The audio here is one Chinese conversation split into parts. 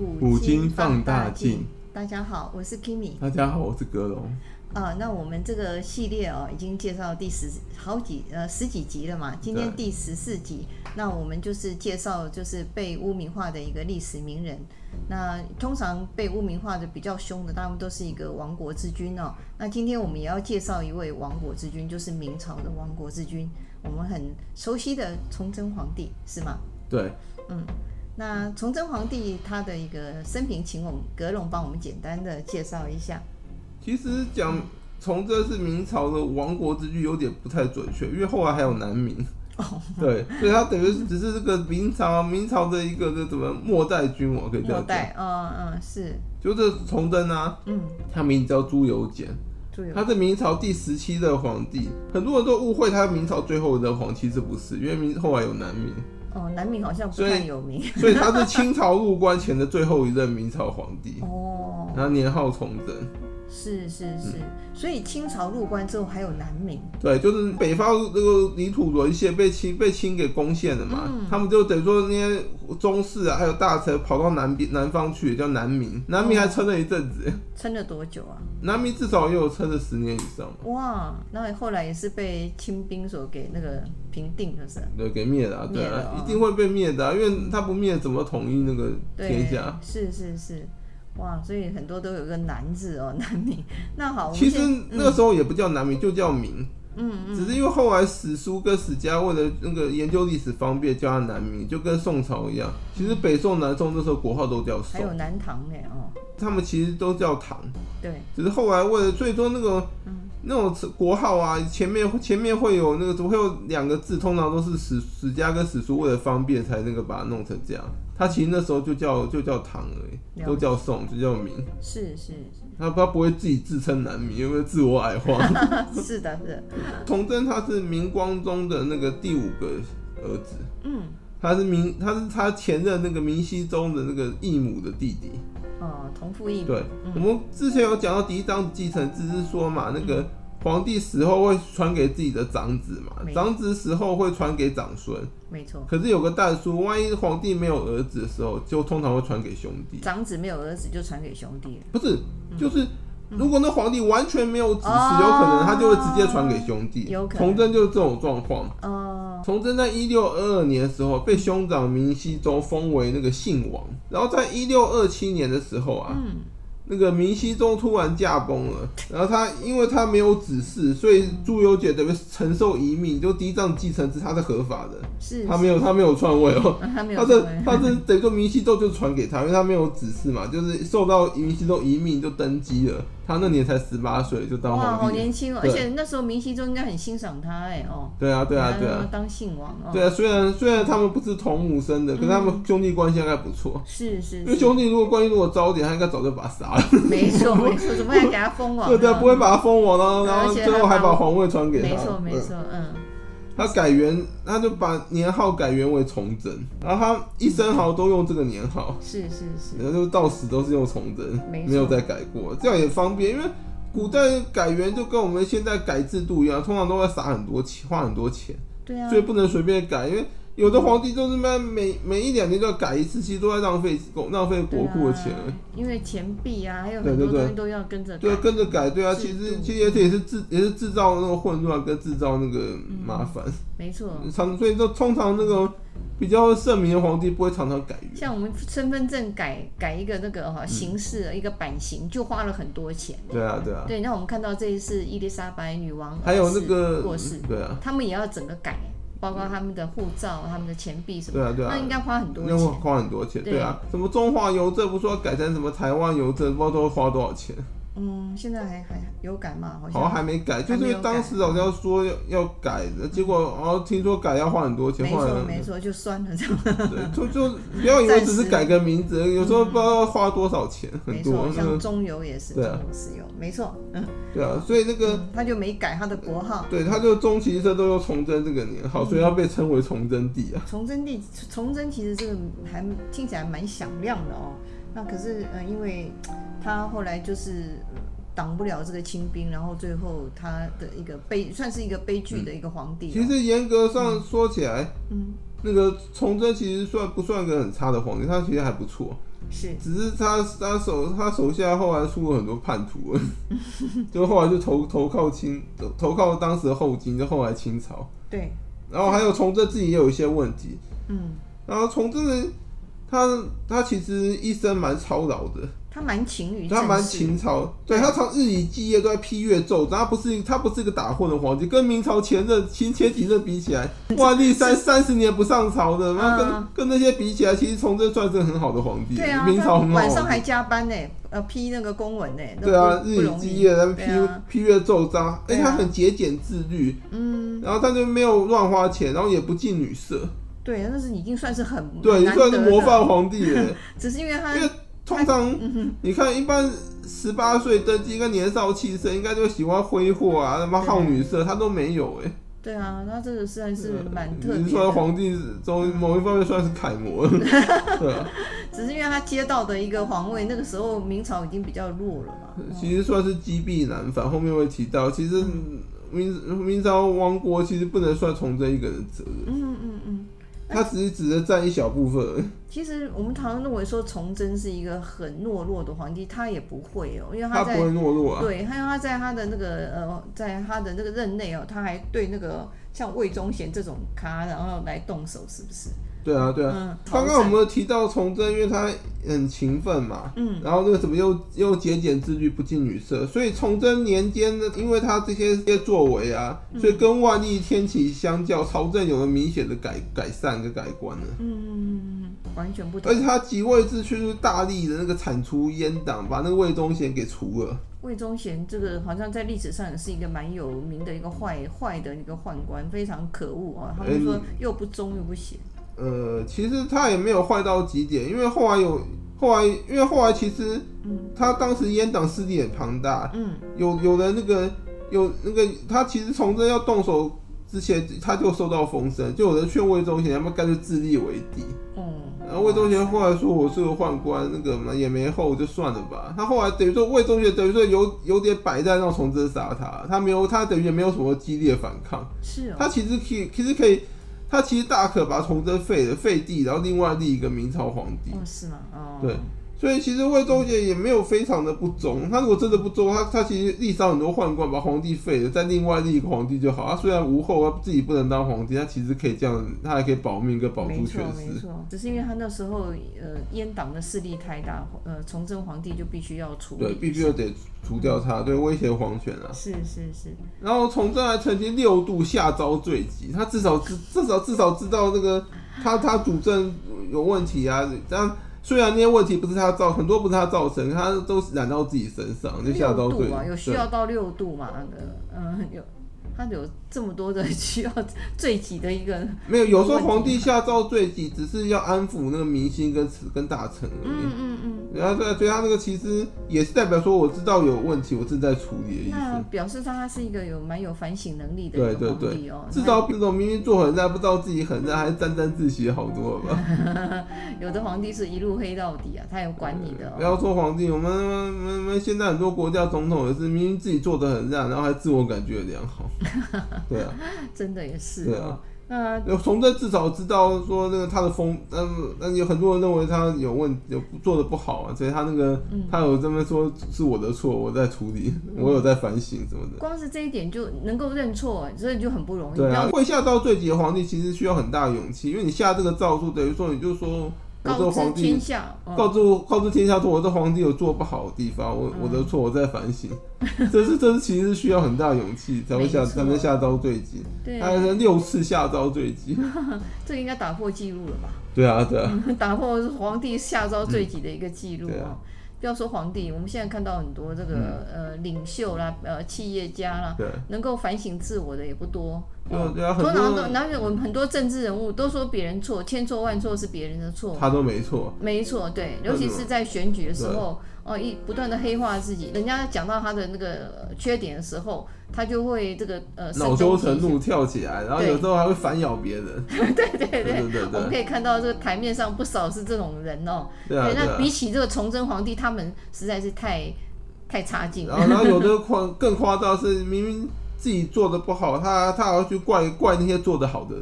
古今放大镜。 大家好，我是 Kimi。 大家好，我是格龙。 那我们这个系列已经介绍第十几集了嘛，今天第14集。那我们就是介绍就是被污名化的一个历史名人。那通常被污名化的比较凶的，他们都是一个亡国之君哦。那今天我们也要介绍一位亡国之君，就是明朝的亡国之君，我们很熟悉的崇祯皇帝，是吗？ 对， 那崇祯皇帝他的一个生平，请我们格龙帮我们简单的介绍一下。 其实讲崇祯是明朝的亡国之君有点不太准确，因为后来还有南明。对，所以他等于只是这个明朝的一个怎么末代君王，可以这样讲。 是， 就是崇祯啊，他名字叫朱由检，他是明朝第17任皇帝，很多人都误会他是明朝最后一任皇，其实不是，因为后来有南明。 南明好像不太有名， 所以他是清朝入关前的最后一任明朝皇帝。然后年号崇祯。 是，所以清朝入关之后还有南明。 对，就是北方那个领土沦陷，被清给攻陷了嘛，他们就等于说那些宗室啊，还有大臣跑到南方去，叫南明。南明还撑了一阵子。 撑了多久啊？ 南明至少也有撑了10年以上。 哇，那后来也是被清兵所给那个平定，就是对，给灭了，对啊，一定会被灭的，因为他不灭怎么统一那个天下？ 是。哇，所以很多都有个南字哦，南明。那好， 其实那个时候也不叫南明，就叫明。只是因为后来史书跟史家为了那个研究历史方便，叫它南明，就跟宋朝一样。其实北宋、南宋那时候国号都叫宋， 还有南唐呢他们其实都叫唐。 对， 只是后来为了，所以说那种国号啊，前面会有那个，怎么会有2个字？通常都是史家跟史书为了方便才那个把它弄成这样。他其实那时候就叫唐而已，都叫宋，就叫明。 是。 他不会自己自称南明，因为自我矮化。 是的。 崇祯他是明光宗的那个第5个儿子。他是他前任那个明熹宗的那个义母的弟弟。 同父异母。 对，我们之前有讲到嫡长子继承制，是说嘛，那个皇帝死后会传给自己的长子嘛，长子死后会传给长孙。没错。可是有个但书，万一皇帝没有儿子的时候，就通常会传给兄弟。 长子没有儿子就传给兄弟了。 不是，就是如果那皇帝完全没有子嗣，有可能他就会直接传给兄弟。有可能。崇祯就是这种状况。崇祯在1622年的时候被兄长明熹宗封为那个信王，然后在1627年的时候啊。那个明熹宗突然驾崩了，然后因为他没有子嗣，所以朱由检等于承受遗命，就嫡长继承制，他是合法的。是。他没有篡位哦。他是等于说明熹宗就传给他，因为他没有子嗣嘛，就是受到明熹宗遗命就登基了。他那年才18岁就当皇帝。哇， 好年轻哦！而且那时候明熹宗应该很欣赏他对啊。 当信王对啊，虽然他们不是同母生的，可是他们兄弟关系应该不错。 是。 因为兄弟关系如果糟点，他应该早就把他杀了。 没错，怎么还给他封王？ 对，不会把他封王，然后最后还把皇位传给他。 没错。 他改元，他就把年号改元为崇祯，然后他一生好都用这个年号。是。然后就到死都是用崇祯，没有再改过，这样也方便。因为古代改元就跟我们现在改制度一样，通常都要撒很多钱，花很多钱。对啊。所以不能随便改，因为有的皇帝就是每1-2年就要改一次，其实都在浪费国库的钱。 因为钱币啊，还有很多东西都要跟着改。 对，跟着改。对啊，其实也是制造那个混乱，跟制造那个麻烦。没错。所以通常那个比较圣明的皇帝不会常常改元。 像我们身份证改一个那个形式，一个版型就花了很多钱。 对啊。 对，那我们看到这一次伊丽莎白女王还有那个过世，对啊，他们也要整个改。包括他们的护照、他们的钱币什么，对啊，那应该花很多钱。 花很多钱，对啊。什么中华邮政不说要改成什么台湾邮政，不知道都会花多少钱。 现在还有改吗？ 好像还没改，就是因为当时好像说要改的，结果听说改要花很多钱。 没错，就算了这样。 对，就不要以为只是改个名字，有时候不知道要花多少钱，很多。 没错，像中油也是，中油石油，没错。 对啊，所以那个他就没改他的国号。 对，他就终其一生都用崇祯这个年号，所以要被称为崇祯帝啊。 崇祯其实这个还听起来蛮响亮的哦。那可是因为他后来就是挡不了这个清兵，然后最后他的一个算是一个悲剧的一个皇帝。 其实严格上说起来，那个崇祯其实不算个很差的皇帝，他其实还不错。 是， 只是他手下后来出了很多叛徒了，就后来就投靠当时的后金，就后来清朝。 对。 然后还有崇祯自己也有一些问题。然后崇祯的他其实一生蛮操劳的。 他蛮勤于政事， 他蛮勤操，对，他常日以继夜都在批阅奏章，他不是一个打混的皇帝，跟明朝前几任比起来，万历30年不上朝的，跟那些比起来，其实崇祯算是很好的皇帝， 对啊， 明朝很好， 晚上还加班呢，批那个公文呢， 对啊，日以继夜在批阅奏章，他很节俭自律，然后他就没有乱花钱，然后也不近女色， 对，那是已经算是很对，算是模范皇帝了， 只是因为他。 通常你看，一般18岁登基，跟年少气盛，应该就喜欢挥霍啊，什么好女色，他都没有对啊，他这个算是蛮特别的。 你说皇帝中某一方面算是楷模，对啊。 只是因为他接到的一个皇位，那个时候明朝已经比较弱了嘛。 其实算是积弊难返，后面会提到，其实明朝亡国其实不能算崇祯一个人责任。他只是占一小部分而已。 其实我们常常认为说崇祯是一个很懦弱的皇帝，他也不会因为他不会懦弱啊。 对，还有他在他的那个在他的那个任内他还对那个像魏忠贤这种咖，然后来动手，是不是？ 对啊，对啊。刚刚我们有提到崇祯，因为他很勤奋嘛，然后那个什么又节俭自律，不近女色，所以崇祯年间呢，因为他这些作为啊，所以跟万历天启相较，朝政有了明显的改善跟改观了。 完全不同。 而且他即位之却是大力的那个铲除阉党，把那个魏忠贤给除了。 魏忠贤这个好像在历史上也是一个蛮有名的一个坏的一个宦官，非常可恶啊！他们说又不忠又不贤。 其实他也没有坏到极点，因为后来其实他当时阉党势力很庞大，有的那个他其实崇祯要动手之前，他就受到风声，就有人劝魏忠贤，要不干脆自立为帝。然后魏忠贤后来说：“我是个宦官，那个嘛也没后，就算了吧。”他后来等于说魏忠贤等于说有点摆烂让崇祯杀他，他等于也没有什么激烈反抗。 是他其实可以。他其实大可把崇祯废帝，然后另外立一个明朝皇帝。 是吗？ 对，所以其实魏忠贤也没有非常的不忠。他如果真的不忠，他其实历史上很多宦官把皇帝废了，再另外立一个皇帝就好。他虽然无后，他自己不能当皇帝，他其实可以这样，他还可以保命跟保住权势。 没错，只是因为他那时候阉党的势力太大，崇祯皇帝就必须要处理。 对，必须要得除掉他，对，威胁皇权啊。 是。 然后崇祯还曾经6度下诏罪己，他至少知道那个他主政有问题啊。但虽然那些问题不是他很多不是他造成，他都染到自己身上，就下诏罪己。 有需要到6度嘛？他有这么多的需要罪己的一个没有，有时候皇帝下诏罪己，只是要安抚那个民心跟大臣而已。然后所以他那个其实也是代表说，我知道有问题，我正在处理的意思。 那表示他是一个蛮有反省能力的一个皇帝哦。 至少那种明明做很烂，不知道自己很烂，还是沾沾自喜好多了吧？ 有的皇帝是一路黑到底啊，他有管你的。 不要说皇帝，我们现在很多国家总统也是明明自己做的很烂，然后还自我感觉良好。对啊， 真的也是。 对啊，那崇祯至少知道说那个他的有很多人认为他有做的不好啊，所以他他有这么说是我的错，我在处理，我有在反省什么的。 光是这一点就能够认错，所以就很不容易。 对啊，会下诏罪己的皇帝其实需要很大的勇气，因为你下这个诏书，等于说你就说。 告知天下， 告知天下说，我这皇帝有做不好的地方，我的错，我在反省。这其实是需要很大勇气才能下诏罪己。他还是6次下诏罪己， 这个应该打破记录了吧？ 对啊， 打破皇帝下诏罪己的一个记录啊。不要说皇帝，我们现在看到很多这个领袖啦，企业家啦，能够反省自我的也不多。 对啊， 我们很多政治人物都说别人错，千错万错是别人的错， 他都没错。 没错，对，尤其是在选举的时候，不断的黑化自己，人家讲到他的那个缺点的时候，他就会这个恼羞成怒跳起来，然后有时候还会反咬别人。 对，我们可以看到这个台面上不少是这种人哦。对，那比起这个崇祯皇帝，他们实在是太差劲了。 然后有的更夸张是明明自己做的不好，他还要去怪那些做得好的人。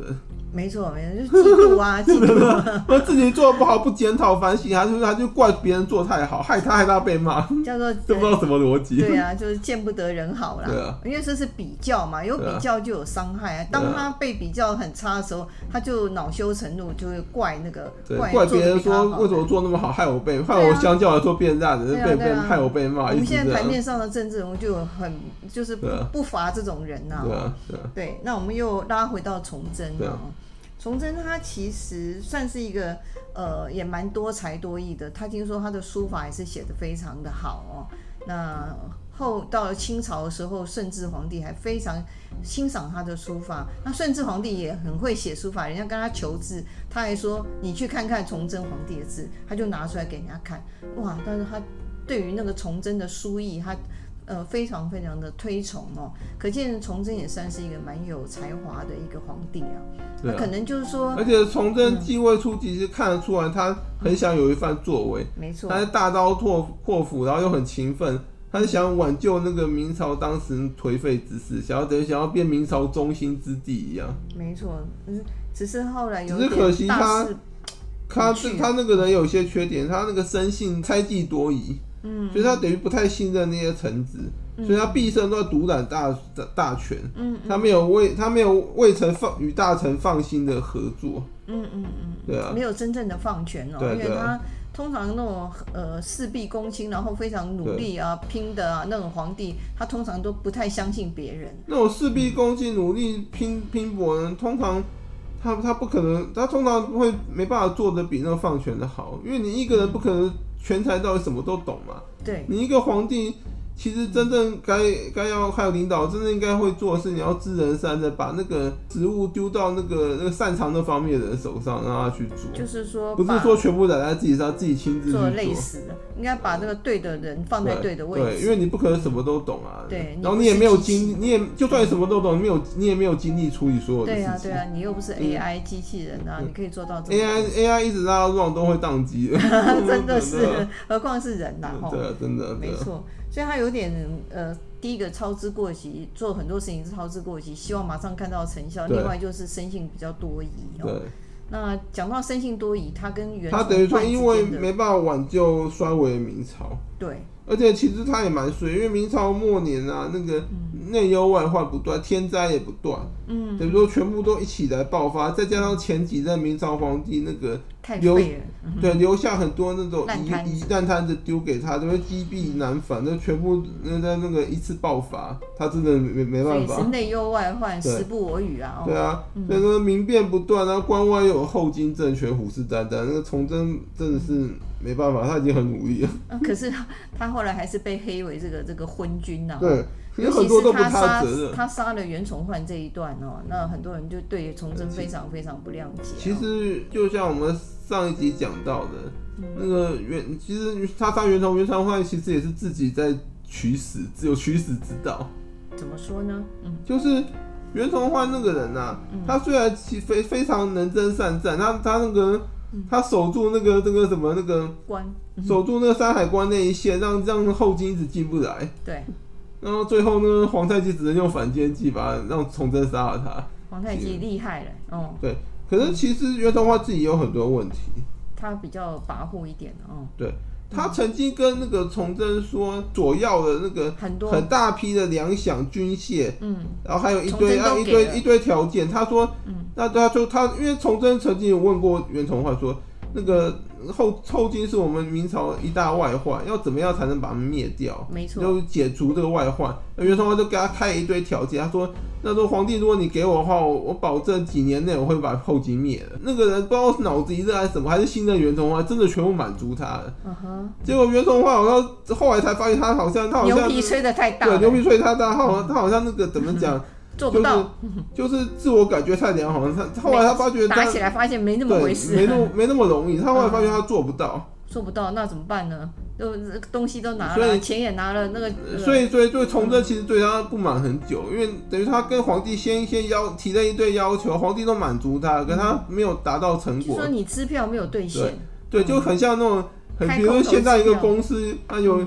没错，就是嫉妒啊，嫉妒啊。 自己做的不好不检讨反省，他就怪别人做太好，害他被骂， 叫做都不知道什么逻辑。 对啊，就是见不得人好啦。对啊，因为这是比较嘛，有比较就有伤害啊。当他被比较很差的时候，他就恼羞成怒，就会怪那个怪别人说为什么做那么好，害我相较来说变烂的，害我被骂。 我们现在台面上的政治人物就就是不乏这种人呐。对，那我们又拉回到崇祯啊。崇祯他其实算是一个也蛮多才多艺的，他听说他的书法也是写得非常的好哦。那到了清朝的时候，顺治皇帝还非常欣赏他的书法。那顺治皇帝也很会写书法，人家跟他求字，他还说你去看看崇祯皇帝的字，他就拿出来给人家看。哇！但是他对于那个崇祯的书艺，他非常非常的推崇哦，可见崇祯也算是一个蛮有才华的一个皇帝啊。他可能就是说， 而且崇祯继位初期是看得出来他很想有一番作为， 没错， 他是大刀阔斧，然后又很勤奋，他是想挽救那个明朝当时颓废之势，想要变明朝中心之地一样。 没错，只是后来有点，只是可惜他那个人有些缺点，他那个生性猜忌多疑。所以他等于不太信任那些臣子，所以他毕生都在独揽大权。他没有为臣与大臣放心的合作。对啊， 没有真正的放权哦，因为他通常那种事必躬亲，然后非常努力啊、拼的啊那种皇帝，他通常都不太相信别人。 那种事必躬亲、努力拼搏的人，通常他不可能，他通常会没办法做得比那个放权的好，因为你一个人不可能全才到底什么都懂嘛。 对， 你一个皇帝，其实真正该要还有领导，真正应该会做的是，你要知人善任，把那个职务丢到那个擅长那方面的人手上，让他去做。 就是说， 不是说全部揽在自己身上，自己亲自去做。 累死了，应该把那个对的人放在对的位置。 对，因为你不可能什么都懂啊。 对， 然后你也没有精，就算你什么都懂，你也没有精力处理所有的事情。 对啊，你又不是 AI 机器人啊，你可以做到这么 AI 一直拉到乱都会宕机的。 真的是，何况是人呐。 对啊，真的。 没错，所以他有点第一个操之过急，做很多事情是操之过急，希望马上看到成效。另外就是生性比较多疑哦。对。那讲到生性多疑，他跟袁崇焕之间的，他等于说因为没办法挽救衰微的明朝。 对。 而且其实他也蛮衰，因为明朝末年啊，那个内忧外患不断，天灾也不断，等于说全部都一起来爆发，再加上前几任明朝皇帝那个留下很多那种烂摊子丢给他，就会积弊难返，就全部在那个一次爆发，他真的没办法。 所以是内忧外患，时不我与啊。 对啊，所以说民变不断，然后关外又有后金政权虎视眈眈，那个崇祯真的是没办法，他已经很努力了。 可是他后来还是被黑为这个昏君啊。 对。有很多都不他责任， 他杀了袁崇焕这一段哦，那很多人就对崇祯非常非常不谅解。 其实就像我们上一集讲到的，那个其实他杀袁崇焕其实也是自己在取死，只有取死之道。 怎么说呢？ 就是袁崇焕那个人啊，他虽然非常能征善战，他那个他守住那个什么那个关， 守住那个山海关那一线，让后金一直进不来。 对。 然后最后呢，皇太极只能用反间计让崇祯杀了他。 皇太极厉害了， 对，可是其实袁崇焕自己有很多问题， 他比较跋扈一点对，他曾经跟那个崇祯说，索要的那个很大批的粮饷军械，然后还有一堆条件。他说，因为崇祯曾经有问过袁崇焕说，那个后金是我们明朝一大外患，要怎么样才能把他们灭掉？ 没错， 就解除这个外患。袁崇焕就给他开一堆条件，他说：“那说皇帝，如果你给我的话，我保证几年内我会把后金灭了。”那个人不知道脑子一热还是什么，还是信任袁崇焕，真的全部满足他了。结果袁崇焕好像后来才发现，他好像牛皮吹得太大了， 对，牛皮吹太大，他好像那个怎么讲？ 做不到， 就是自我感觉太良好了。他后来他发觉打起来发现没那么回事， 没那么容易。他后来发现他做不到， 那怎么办呢？东西都拿了，钱也拿了，那个所以崇祯其实对他不满很久，因为等于他跟皇帝先提了一堆要求，皇帝都满足他，可他没有达到成果。 就说你支票没有兑现， 对，就很像那种比如说现在一个公司，它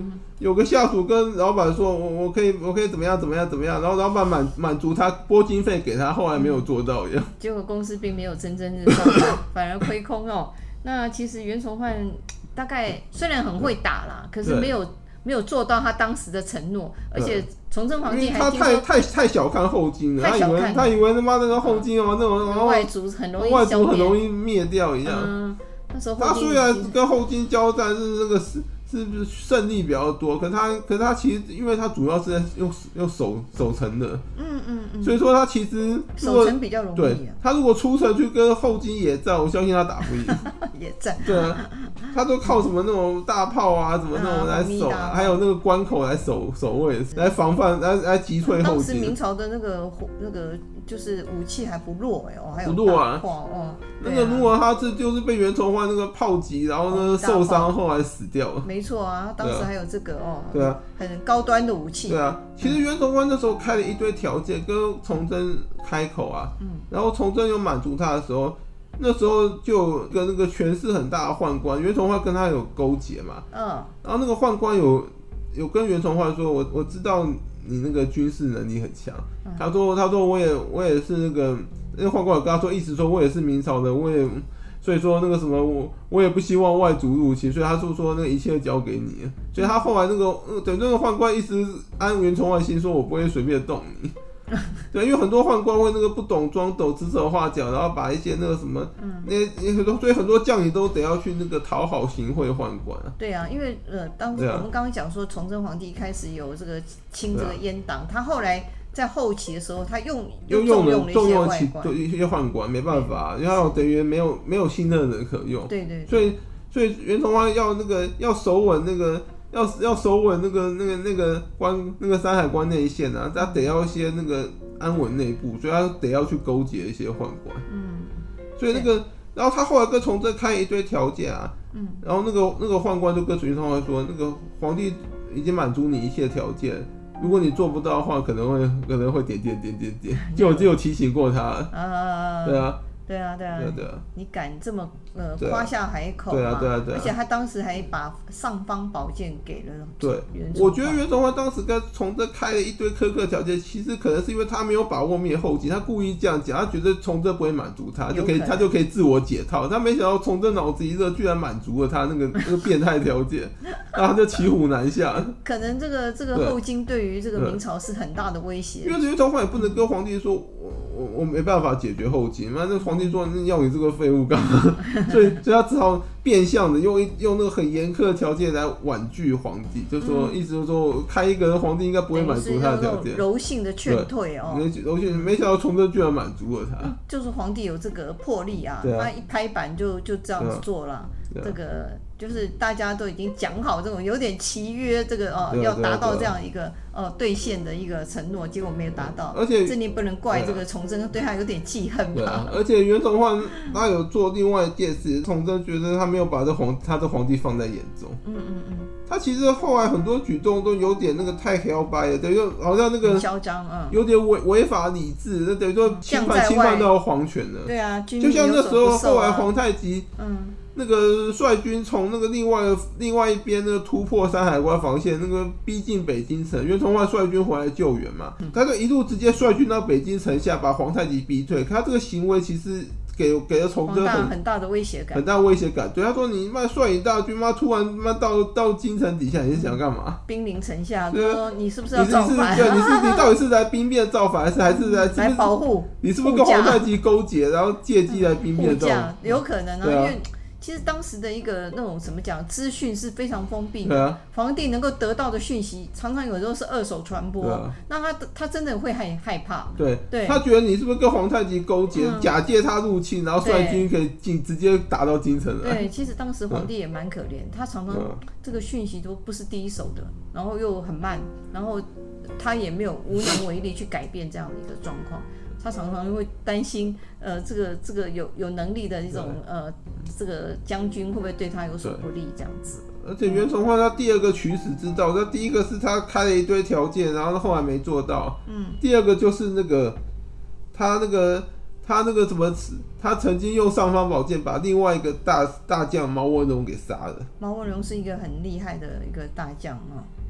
有个下属跟老板说，我可以怎么样，然后老板满足他拨经费给他，后来没有做到一样。 结果公司并没有蒸蒸日上，反而亏空哦。那其实袁崇焕大概虽然很会打啦，可是没有做到他当时的承诺，而且崇祯皇帝还听说因为他太小看后金了，他以为他妈那个后金哦，那种外族很容易灭掉一样。 那时候他虽然跟后金交战是那个是不是胜利比较多？可他其实因为他主要是在用守城的，所以说他其实守城比较容易。 对，他如果出城去跟后金野战，我相信他打不赢。 野战。 对啊，他都靠什么那种大炮啊，什么那种来守啊，还有那个关口来守卫，来防范，来击退后金。 当时明朝的那个就是武器还不弱还有不弱啊。那个如果他就是被袁崇焕那个炮击，然后呢受伤，后来死掉了。 没错啊，当时还有这个对啊， 很高端的武器。 对啊，其实袁崇焕那时候开了一堆条件跟崇祯开口啊，然后崇祯有满足他的时候，那时候就跟那个权势很大的宦官袁崇焕跟他有勾结嘛，然后那个宦官有跟袁崇焕说，我知道你那个军事能力很强，他说我也是那个宦官有跟他说，意思说我也是明朝的，所以说那个什么我也不希望外族入侵，所以他就说那个一切交给你，所以他后来那个等那个宦官一直安袁崇焕心，说我不会随便动你。对，因为很多宦官会那个不懂装懂，指手画脚，然后把一些那个什么，所以很多将领都得要去那个讨好行贿宦官。 对啊，因为当时我们刚刚讲说，崇祯皇帝一开始有这个清这个阉党，他后来在后期的时候，他又重用了一些宦官，没办法，因为他等于没有新的人可用。 对。 所以袁崇焕要守稳那个。要守稳那个山海关内线啊，他得要一些那个安稳内部，所以他得要去勾结一些宦官。所以然后他后来跟崇祯开一堆条件啊，然后那个宦官就跟袁崇焕说，那个皇帝已经满足你一切条件，如果你做不到的话，可能会点，就有提醒过他。对啊。 对啊，你敢这么夸下海口嘛？ 对啊， 而且他当时还把尚方宝剑给了袁崇焕。 我觉得袁崇焕当时跟崇祯开了一堆苛刻条件，其实可能是因为他没有把握灭后金，他故意这样讲，他觉得崇祯不会满足他，他就可以自我解套。他没想到崇祯脑子一热，居然满足了他那个变态条件，然后他就骑虎难下。 可能这个后金对于这个明朝是很大的威胁， 因为袁崇焕也不能跟皇帝说我没办法解决后金，那皇帝说要你这个废物干嘛？所以他只好变相的用那个很严苛的条件来婉拒皇帝，就说意思就是说开一个皇帝应该不会满足他的条件， 柔性的劝退柔性，没想到崇祯居然满足了他， 就是皇帝有这个魄力啊，他一拍板就这样子做了，这个就是大家都已经讲好这种有点契约，这个要达到这样一个兑现的一个承诺，结果没有达到， 而且这你不能怪这个崇祯对他有点记恨吧？ 而且袁崇焕他有做另外一件事，崇祯觉得他没有把他的皇帝放在眼中。他其实后来很多举动都有点那个太摇摆了，等于好像那个嚣张， 有点违法理智，那等于说侵犯到皇权了。 对啊， 就像那时候后来皇太极，那个率军从那个另外一边那个突破山海关防线，那个逼近北京城，袁崇焕率军回来救援嘛，他就一路直接率军到北京城下，把皇太极逼退。他这个行为其实给了崇祯很大的威胁感， 很大威胁感。对，他说你率领大军突然到京城底下，你是想干嘛？ 兵临城下，说你是不是要造反？ 你到底是来兵变造反，还是来保护？ 你是不是跟皇太极勾结，然后借机来兵变造反？ 有可能啊，因为其实当时的一个那种怎么讲，资讯是非常封闭的，皇帝能够得到的讯息，常常有时候是二手传播，那他真的会害怕。对，他觉得你是不是跟皇太极勾结，假借他入侵，然后率军可以直接打到京城来。对，其实当时皇帝也蛮可怜，他常常这个讯息都不是第一手的，然后又很慢，然后他也没有无能为力去改变这样的一个状况。他常常会担心，这个有能力的一种这个将军会不会对他有所不利这样子。而且袁崇焕他第二个取死之道，那第一个是他开了一堆条件，然后后来没做到。第二个就是那个他那个什么，他曾经用尚方宝剑把另外一个大将毛文龙给杀了。毛文龙是一个很厉害的一个大将啊。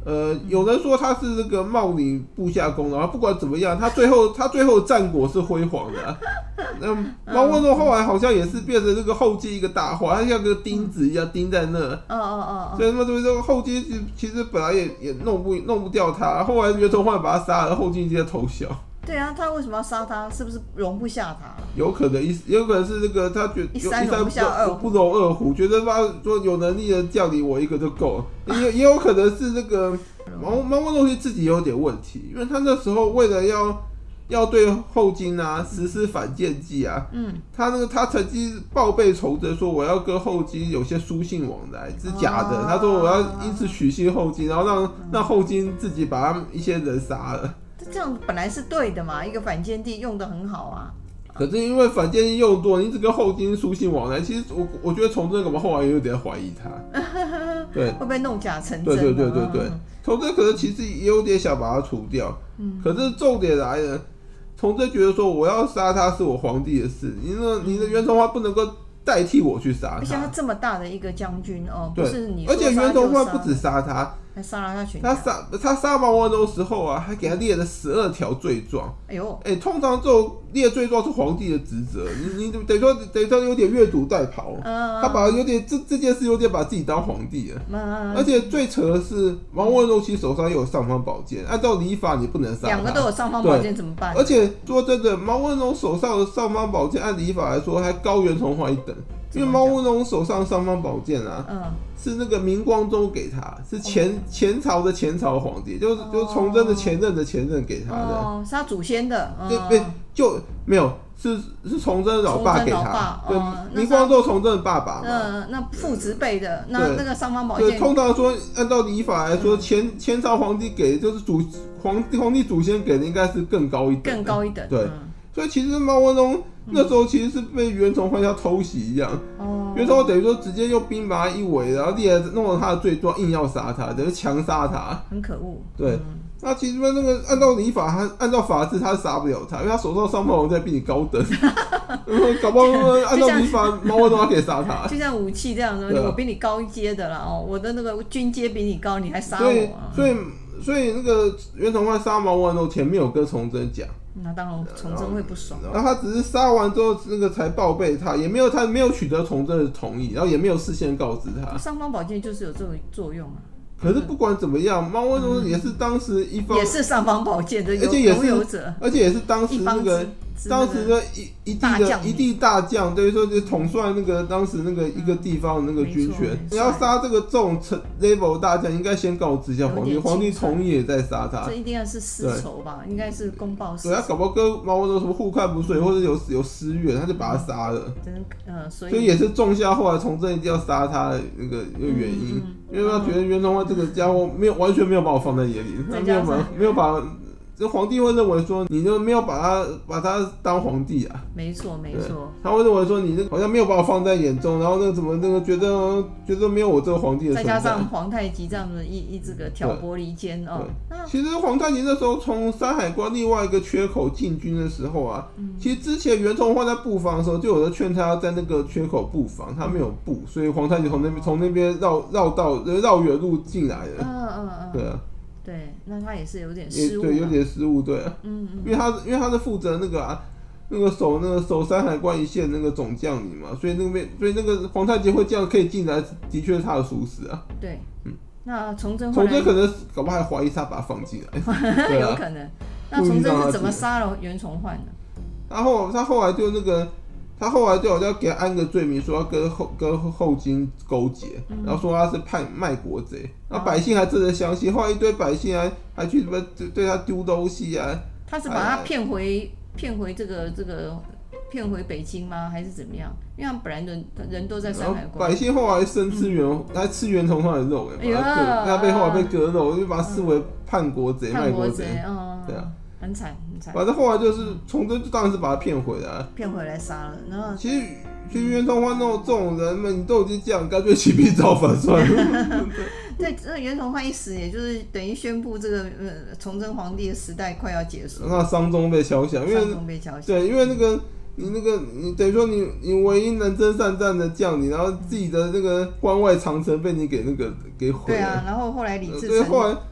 有人说他是那个茂陵部下功劳，不管怎么样，他最后战果是辉煌的、啊。那毛文龙后来好像也是变成这个后继一个大患，他像个钉子一样钉在那。所以那么这个后继其实本来也弄不掉他，后来袁崇焕把他杀了，后继直接投降。 对啊，他为什么要杀他？是不是容不下他？ 有可能是那个他觉得一山容不下二虎， 不容二虎，觉得他说有能力的将领我一个就够了。也有可能是那个毛文龙自己有点问题，因为他那时候为了要对后金啊实施反间计啊，他曾经报备崇祯说我要跟后金有些书信往来是假的，他说我要因此许信后金，然后让后金自己把他一些人杀了。 这样本来是对的嘛，一个反间计用得很好啊。 可是因为反间计用多，你一直跟后金书信往来，其实我觉得崇祯可能后来有点怀疑他，对， 会不会弄假成真？ 对，崇祯可能其实也有点想把他除掉，可是重点来了，崇祯觉得说我要杀他是我皇帝的事，你的袁崇焕不能够代替我去杀他， 而且他这么大的一个将军哦，不是你而且袁崇焕不止杀他。 还杀了他全家。 他杀毛文龙的时候啊，还给他列了12条罪状。 哎呦， 通常这种列罪状是皇帝的职责，你等于说有点越俎代庖。他把有点这件事有点把自己当皇帝了。而且最扯的是，毛文龙其实手上也有尚方宝剑，按照礼法你不能杀他。 两个都有尚方宝剑怎么办？ 而且说真的，毛文龙手上的尚方宝剑按礼法来说还高袁崇焕一等。因为毛文龙手上尚方宝剑啊，是那个明光宗给他，是前朝的皇帝，就是崇祯的前任给他的， 是他祖先的， 对，就没有是崇祯老爸给他，对，明光宗崇祯的爸爸嘛， 那父执辈的，那个尚方宝剑， 对，通常说按照礼法来说，前朝皇帝给就是皇帝祖先给的应该是更高一等，对，所以其实毛文龙那时候其实是被袁崇焕像偷袭一样，袁崇焕等于说直接用兵把他一围，然后立来弄了他的罪状，硬要杀他，等于强杀他， 很可恶。 对，那其实那个按照礼法，按照法制他杀不了他，因为他手上尚方宝剑比你高等，搞不好按照礼法毛文龙他可以杀他， 就像武器这样的，我比你高一阶的啦，我的那个军阶比你高，你还杀我， 所以那个袁崇焕杀毛文龙前面有跟崇祯讲。 那当然，崇祯会不爽。 然后他只是杀完之后，那个才报备他，他没有取得崇祯的同意，然后也没有事先告知他。 尚方宝剑就是有这个作用啊。 可是不管怎么样，毛文龙也是当时一方， 也是尚方宝剑的拥有者， 而且也是当时那个当时的一地大将，等于说就统帅那个当时那个一个地方的那个军权。你要杀这个这种 level 大将，应该先告知一下皇帝，皇帝同意也再杀他。 这一定要是私仇吧？应该是公报私仇。 对，他搞不好跟毛文龙什么互看不顺，或者有私怨，他就把他杀了。所以也是种下后来崇祯一定要杀他的那个原因，因为他觉得袁崇焕这个家伙完全没有把我放在眼里，他没有把。这皇帝会认为说，你就没有把他当皇帝啊？ 没错， 他会认为说，你好像没有把我放在眼中，然后怎么觉得没有我这个皇帝的存在。 再加上皇太极这样的这个挑拨离间哦。 其实皇太极那时候从山海关另外一个缺口进军的时候啊，其实之前袁崇焕在布防的时候，就有人劝他要在那个缺口布防，他没有布，所以皇太极从那边绕远路进来了。对啊。 对，那他也是有点失误， 对，有点失误，对啊，因为他是负责那个守山海关一线那个总将领嘛，所以那个皇太极会这样可以进来，的确是他的疏失啊。 对，那崇祯可能搞不好还怀疑他把他放进来， 有可能。那崇祯是怎么杀了袁崇焕的？ 他后来就那个。他后来就好像给他安个罪名，说要跟后金勾结，然后说他是卖国贼，然后百姓还真的相信，后来一堆百姓还去什么对他丢东西啊。他是把他骗回这个骗回北京吗？还是怎么样？因为他们本来人都在山海关。 百姓后来生吃袁崇焕的肉，他后来被割肉，就把他视为叛国贼、卖国贼。对啊。 很惨。 反正后来就是崇祯当然是把他骗回来杀了。然后其实袁崇焕这种人们，你都已经这样，干脆起兵造反算了。 对，这袁崇焕一死，也就是等于宣布这个崇祯皇帝的时代快要结束。 那丧钟被敲响，因为那个你等于说你唯一能征善战的将领，然后自己的那个关外长城被你给毁了。 对啊，然后后来李自成。 对，后来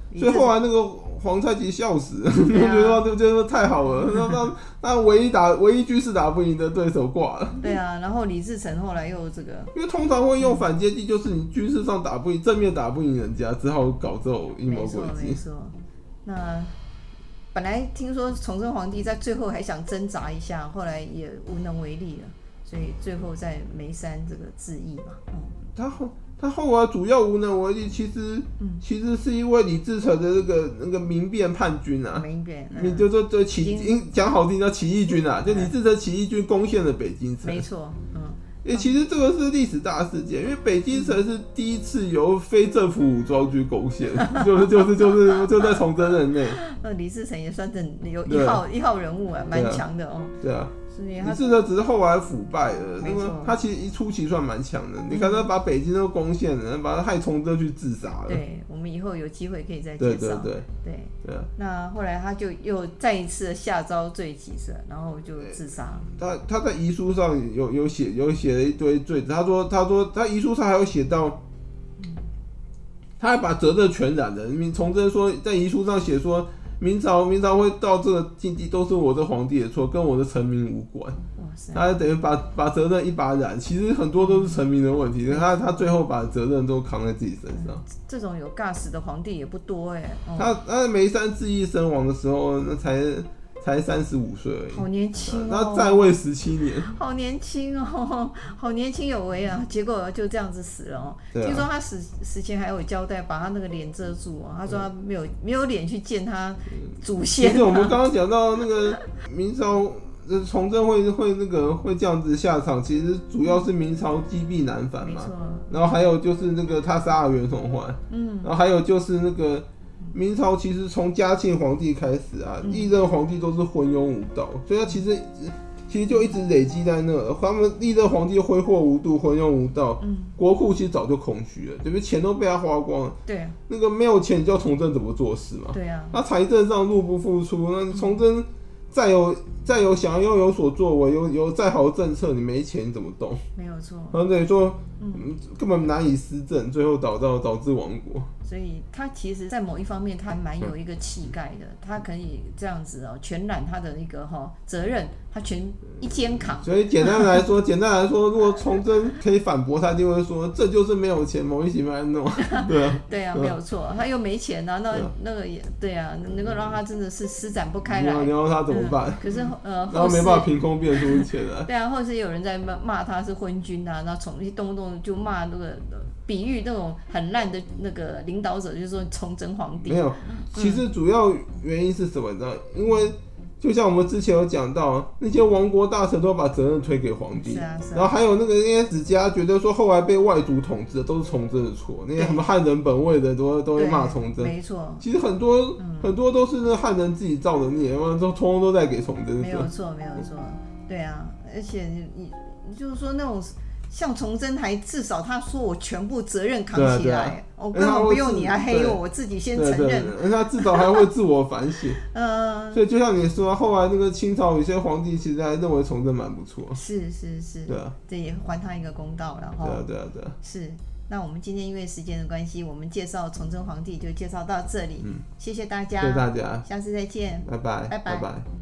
所以后来那个皇太极笑死了，就觉得太好了，那唯一军事打不赢的对手挂了。 对啊，然后李自成后来又这个， 因为通常会用反间计，就是你军事上打不赢，正面打不赢人家，只好搞这种阴谋诡计。 没错。那本来听说崇祯皇帝在最后还想挣扎一下，后来也无能为力了，所以最后在眉山这个自缢嘛。 他后来主要无能为力，其实是因为李自成的那个民变叛军啊，就说讲好听叫起义军啊，就李自成起义军攻陷了北京城。 没错， 其实这个是历史大事件，因为北京城是第一次由非政府武装军攻陷，就在崇祯任内。 李自成也算是有一号人物啊，蛮强的哦。 对啊。李自成只是后来腐败了，他其实一初期算蛮强的。你看他把北京都攻陷了，把他害崇祯去自杀了。 对，我们以后有机会可以再介绍。对。那后来他就又再一次下诏罪己是，然后就自杀。 他在遗书上有写了一堆罪，他说他遗书上还有写到，他还把责任全然的。崇祯说在遗书上写说。明朝会到这个境地，都是我这皇帝的错，跟我的臣民无关。他等于把责任一把染，其实很多都是臣民的问题。他最后把责任都扛在自己身上。 这种有尬死的皇帝也不多哎。 他在眉山自缢身亡的时候，那才35岁而已， 好年轻哦。 他在位17年， 好年轻哦，好年轻有为啊！结果就这样子死了哦。听说他死前还有交代，把他那个脸遮住哦。他说他没有脸去见他祖先。 其实我们刚刚讲到那个明朝崇祯会这样子下场，其实主要是明朝积弊难返嘛。然后还有就是那个他杀了袁崇焕，然后还有就是那个。明朝其实从嘉庆皇帝开始啊，历任皇帝都是昏庸无道，所以他其实就一直累积在那。他们历任皇帝挥霍无度、昏庸无道，国库其实早就空虚了，对不对？钱都被他花光了。 对。 那个没有钱，你叫崇祯怎么做事嘛？ 对啊。 他财政上入不敷出，那崇祯再有想要有所作为，有再好的政策，你没钱你怎么动？ 没有错。 然后等于说，根本难以施政，最后导致亡国。 所以他其实，在某一方面，他蛮有一个气概的，他可以这样子哦，全揽他的一个责任，他全一肩扛。 所以简单来说，如果崇祯可以反驳他，就会说这就是没有钱，某一起来弄。对啊， 对啊，没有错，他又没钱啊，那个也对啊，能够让他真的是施展不开来， 然后他怎么办？ 可是然后没办法凭空变出钱来。 对啊，或者是有人在骂他是昏君啊，然后动不动就骂那个。比喻那种很烂的那个领导者，就是说崇祯皇帝。 没有，其实主要原因是什么？你知道？因为就像我们之前有讲到，那些亡国大臣都把责任推给皇帝，然后还有那些史家觉得说后来被外族统治的都是崇祯的错，那些什么汉人本位的都会骂崇祯。 没错， 其实很多都是那汉人自己造的孽，通通都在给崇祯。 没有错，对啊，而且你就是说那种。像崇祯还至少他说我全部责任扛起来，我根本不用你来黑我，我自己先承认。 对，他至少还会自我反省。所以就像你说，后来那个清朝有些皇帝其实还认为崇祯蛮不错。 是。 对啊， 这也还他一个公道，然后。 对啊。 是。那我们今天因为时间的关系，我们介绍崇祯皇帝就介绍到这里。谢谢大家。 谢谢大家。 下次再见。 拜拜。